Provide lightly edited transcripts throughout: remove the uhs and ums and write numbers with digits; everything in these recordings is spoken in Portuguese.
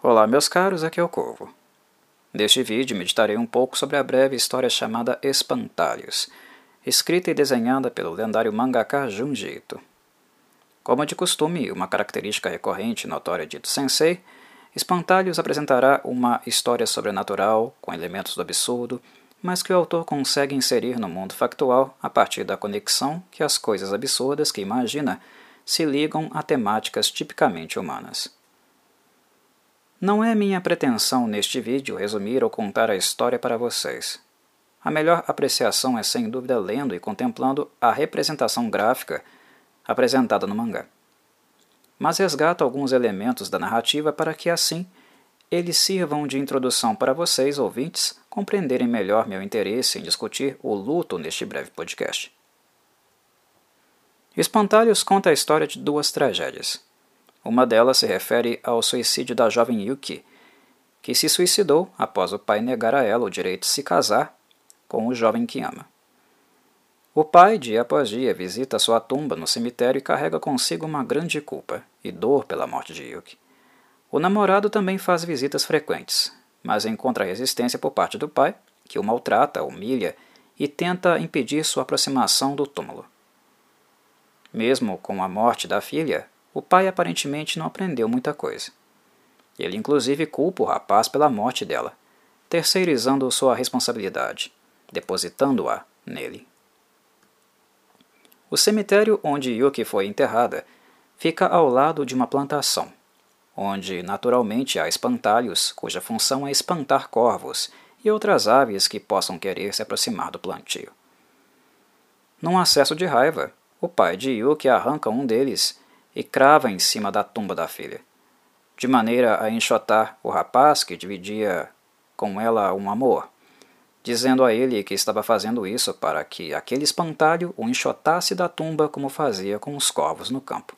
Olá meus caros, aqui é o Corvo. Neste vídeo meditarei um pouco sobre a breve história chamada Espantalhos, escrita e desenhada pelo lendário mangaka Junji Ito. Como de costume, uma característica recorrente e notória de Ito Sensei, Espantalhos apresentará uma história sobrenatural, com elementos do absurdo, mas que o autor consegue inserir no mundo factual a partir da conexão que as coisas absurdas que imagina se ligam a temáticas tipicamente humanas. Não é minha pretensão neste vídeo resumir ou contar a história para vocês. A melhor apreciação é sem dúvida lendo e contemplando a representação gráfica apresentada no mangá. Mas resgato alguns elementos da narrativa para que assim eles sirvam de introdução para vocês, ouvintes, compreenderem melhor meu interesse em discutir o luto neste breve podcast. Espantalhos conta a história de duas tragédias. Uma delas se refere ao suicídio da jovem Yuki, que se suicidou após o pai negar a ela o direito de se casar com o jovem que ama. O pai, dia após dia, visita sua tumba no cemitério e carrega consigo uma grande culpa e dor pela morte de Yuki. O namorado também faz visitas frequentes, mas encontra resistência por parte do pai, que o maltrata, humilha e tenta impedir sua aproximação do túmulo. Mesmo com a morte da filha, o pai aparentemente não aprendeu muita coisa. Ele inclusive culpa o rapaz pela morte dela, terceirizando sua responsabilidade, depositando-a nele. O cemitério onde Yuki foi enterrada fica ao lado de uma plantação, onde naturalmente há espantalhos cuja função é espantar corvos e outras aves que possam querer se aproximar do plantio. Num acesso de raiva, o pai de Yuki arranca um deles e crava em cima da tumba da filha, de maneira a enxotar o rapaz que dividia com ela um amor, dizendo a ele que estava fazendo isso para que aquele espantalho o enxotasse da tumba como fazia com os corvos no campo.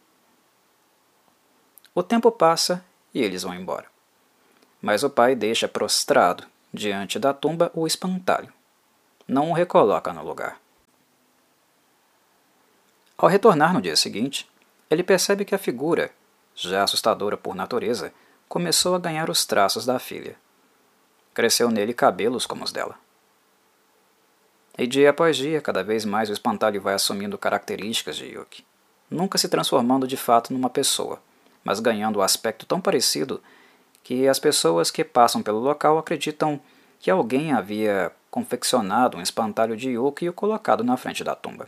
O tempo passa e eles vão embora. Mas o pai deixa prostrado diante da tumba o espantalho. Não o recoloca no lugar. Ao retornar no dia seguinte, ele percebe que a figura, já assustadora por natureza, começou a ganhar os traços da filha. Cresceu nele cabelos como os dela. E dia após dia, cada vez mais o espantalho vai assumindo características de Yuki, nunca se transformando de fato numa pessoa, mas ganhando um aspecto tão parecido que as pessoas que passam pelo local acreditam que alguém havia confeccionado um espantalho de Yuki e o colocado na frente da tumba.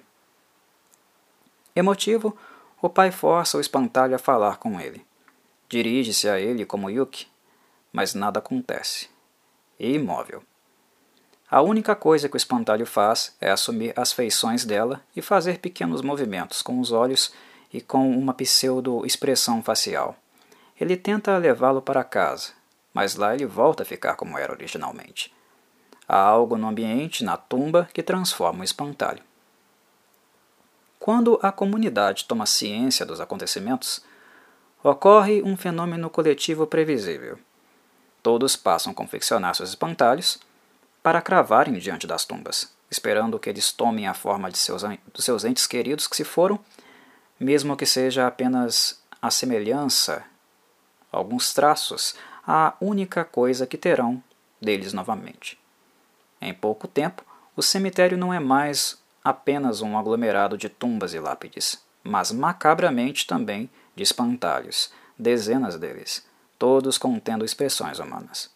Emotivo, o pai força o espantalho a falar com ele. Dirige-se a ele como Yuki, mas nada acontece. E imóvel. A única coisa que o espantalho faz é assumir as feições dela e fazer pequenos movimentos com os olhos e com uma pseudo-expressão facial. Ele tenta levá-lo para casa, mas lá ele volta a ficar como era originalmente. Há algo no ambiente, na tumba, que transforma o espantalho. Quando a comunidade toma ciência dos acontecimentos, ocorre um fenômeno coletivo previsível. Todos passam a confeccionar seus espantalhos para cravarem diante das tumbas, esperando que eles tomem a forma de dos seus entes queridos que se foram, mesmo que seja apenas a semelhança, alguns traços, a única coisa que terão deles novamente. Em pouco tempo, o cemitério não é mais apenas um aglomerado de tumbas e lápides, mas macabramente também de espantalhos, dezenas deles, todos contendo expressões humanas.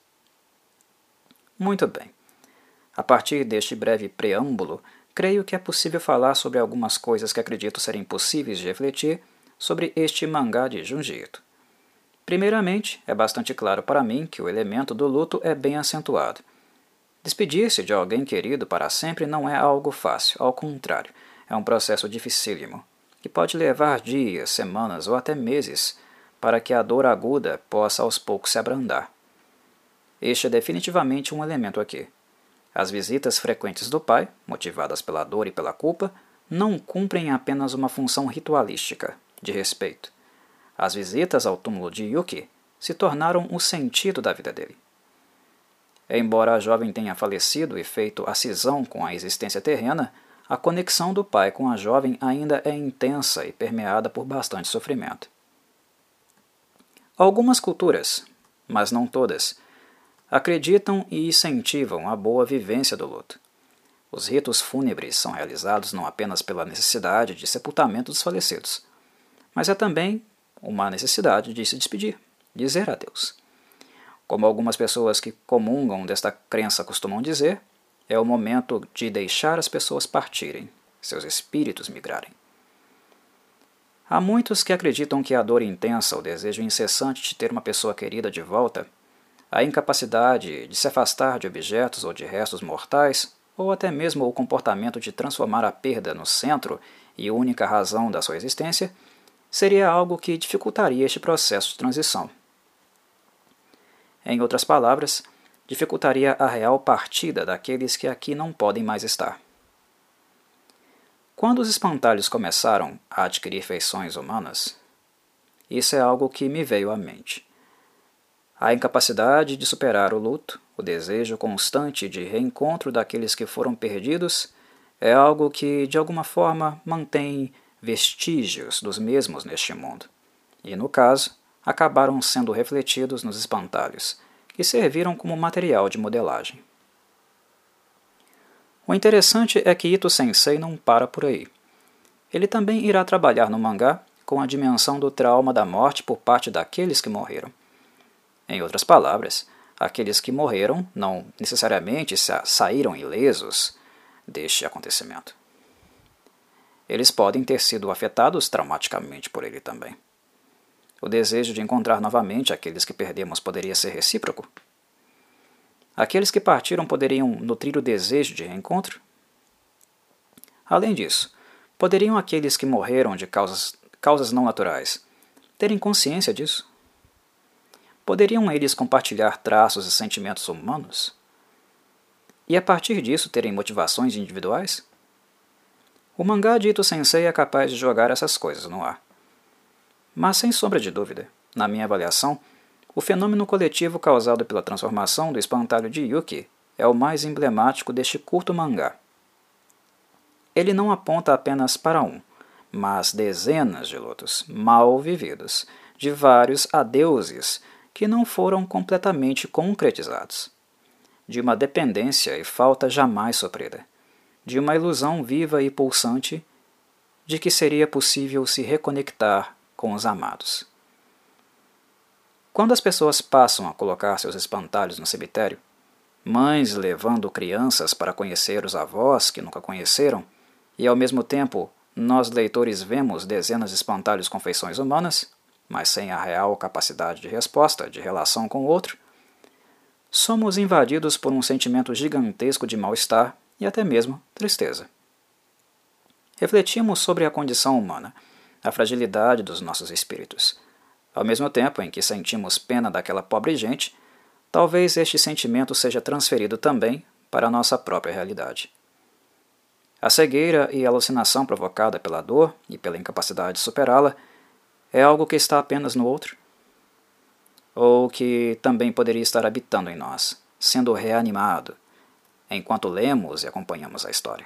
Muito bem. A partir deste breve preâmbulo, creio que é possível falar sobre algumas coisas que acredito serem possíveis de refletir sobre este mangá de Junji Ito. Primeiramente, é bastante claro para mim que o elemento do luto é bem acentuado. Despedir-se de alguém querido para sempre não é algo fácil, ao contrário, é um processo dificílimo, que pode levar dias, semanas ou até meses para que a dor aguda possa aos poucos se abrandar. Este é definitivamente um elemento aqui. As visitas frequentes do pai, motivadas pela dor e pela culpa, não cumprem apenas uma função ritualística, de respeito. As visitas ao túmulo de Yuki se tornaram o sentido da vida dele. Embora a jovem tenha falecido e feito a cisão com a existência terrena, a conexão do pai com a jovem ainda é intensa e permeada por bastante sofrimento. Algumas culturas, mas não todas, acreditam e incentivam a boa vivência do luto. Os ritos fúnebres são realizados não apenas pela necessidade de sepultamento dos falecidos, mas é também uma necessidade de se despedir, dizer adeus. Como algumas pessoas que comungam desta crença costumam dizer, é o momento de deixar as pessoas partirem, seus espíritos migrarem. Há muitos que acreditam que a dor intensa, o desejo incessante de ter uma pessoa querida de volta, a incapacidade de se afastar de objetos ou de restos mortais, ou até mesmo o comportamento de transformar a perda no centro e única razão da sua existência, seria algo que dificultaria este processo de transição. Em outras palavras, dificultaria a real partida daqueles que aqui não podem mais estar. Quando os espantalhos começaram a adquirir feições humanas, isso é algo que me veio à mente. A incapacidade de superar o luto, o desejo constante de reencontro daqueles que foram perdidos, é algo que, de alguma forma, mantém vestígios dos mesmos neste mundo. E, no caso, acabaram sendo refletidos nos espantalhos, que serviram como material de modelagem. O interessante é que Ito Sensei não para por aí. Ele também irá trabalhar no mangá com a dimensão do trauma da morte por parte daqueles que morreram. Em outras palavras, aqueles que morreram não necessariamente saíram ilesos deste acontecimento. Eles podem ter sido afetados traumaticamente por ele também. O desejo de encontrar novamente aqueles que perdemos poderia ser recíproco? Aqueles que partiram poderiam nutrir o desejo de reencontro? Além disso, poderiam aqueles que morreram de causas não naturais terem consciência disso? Poderiam eles compartilhar traços e sentimentos humanos? E a partir disso terem motivações individuais? O mangá de Ito Sensei é capaz de jogar essas coisas no ar. Mas, sem sombra de dúvida, na minha avaliação, o fenômeno coletivo causado pela transformação do espantalho de Yuki é o mais emblemático deste curto mangá. Ele não aponta apenas para um, mas dezenas de lutos mal vividos, de vários adeuses que não foram completamente concretizados, de uma dependência e falta jamais suprida, de uma ilusão viva e pulsante de que seria possível se reconectar com os amados. Quando as pessoas passam a colocar seus espantalhos no cemitério, mães levando crianças para conhecer os avós que nunca conheceram, e ao mesmo tempo nós leitores vemos dezenas de espantalhos com feições humanas, mas sem a real capacidade de resposta, de relação com o outro, somos invadidos por um sentimento gigantesco de mal-estar e até mesmo tristeza. Refletimos sobre a condição humana, a fragilidade dos nossos espíritos. Ao mesmo tempo em que sentimos pena daquela pobre gente, talvez este sentimento seja transferido também para a nossa própria realidade. A cegueira e a alucinação provocada pela dor e pela incapacidade de superá-la é algo que está apenas no outro? Ou que também poderia estar habitando em nós, sendo reanimado, enquanto lemos e acompanhamos a história?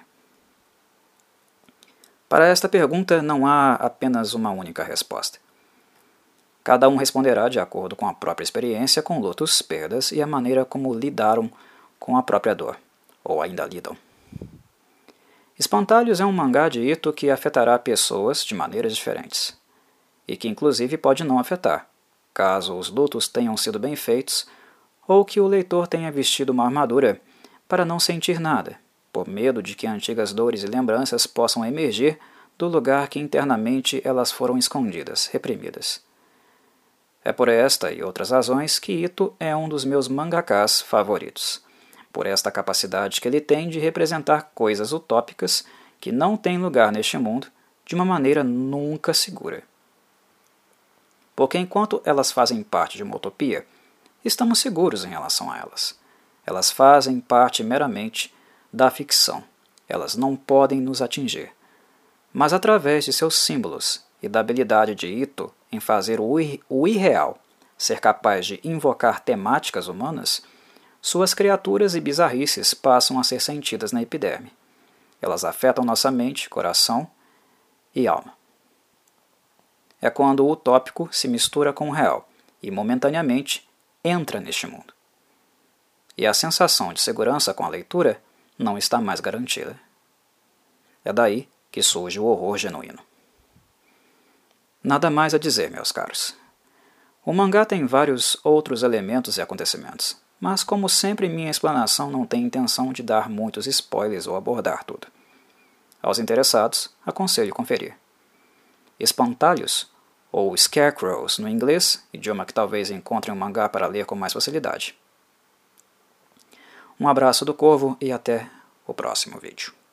Para esta pergunta não há apenas uma única resposta. Cada um responderá de acordo com a própria experiência com lutos, perdas e a maneira como lidaram com a própria dor, ou ainda lidam. Espantalhos é um mangá de Ito que afetará pessoas de maneiras diferentes, e que inclusive pode não afetar, caso os lutos tenham sido bem feitos ou que o leitor tenha vestido uma armadura para não sentir nada, por medo de que antigas dores e lembranças possam emergir do lugar que internamente elas foram escondidas, reprimidas. É por esta e outras razões que Ito é um dos meus mangakás favoritos, por esta capacidade que ele tem de representar coisas utópicas que não têm lugar neste mundo de uma maneira nunca segura. Porque enquanto elas fazem parte de uma utopia, estamos seguros em relação a elas. Elas fazem parte meramente da ficção. Elas não podem nos atingir. Mas através de seus símbolos e da habilidade de Ito em fazer o irreal ser capaz de invocar temáticas humanas, suas criaturas e bizarrices passam a ser sentidas na epiderme. Elas afetam nossa mente, coração e alma. É quando o utópico se mistura com o real e, momentaneamente, entra neste mundo. E a sensação de segurança com a leitura não está mais garantida. É daí que surge o horror genuíno. Nada mais a dizer, meus caros. O mangá tem vários outros elementos e acontecimentos, mas como sempre minha explanação não tem intenção de dar muitos spoilers ou abordar tudo. Aos interessados, aconselho conferir. Espantalhos, ou Scarecrows no inglês, idioma que talvez encontrem um mangá para ler com mais facilidade. Um abraço do Corvo e até o próximo vídeo.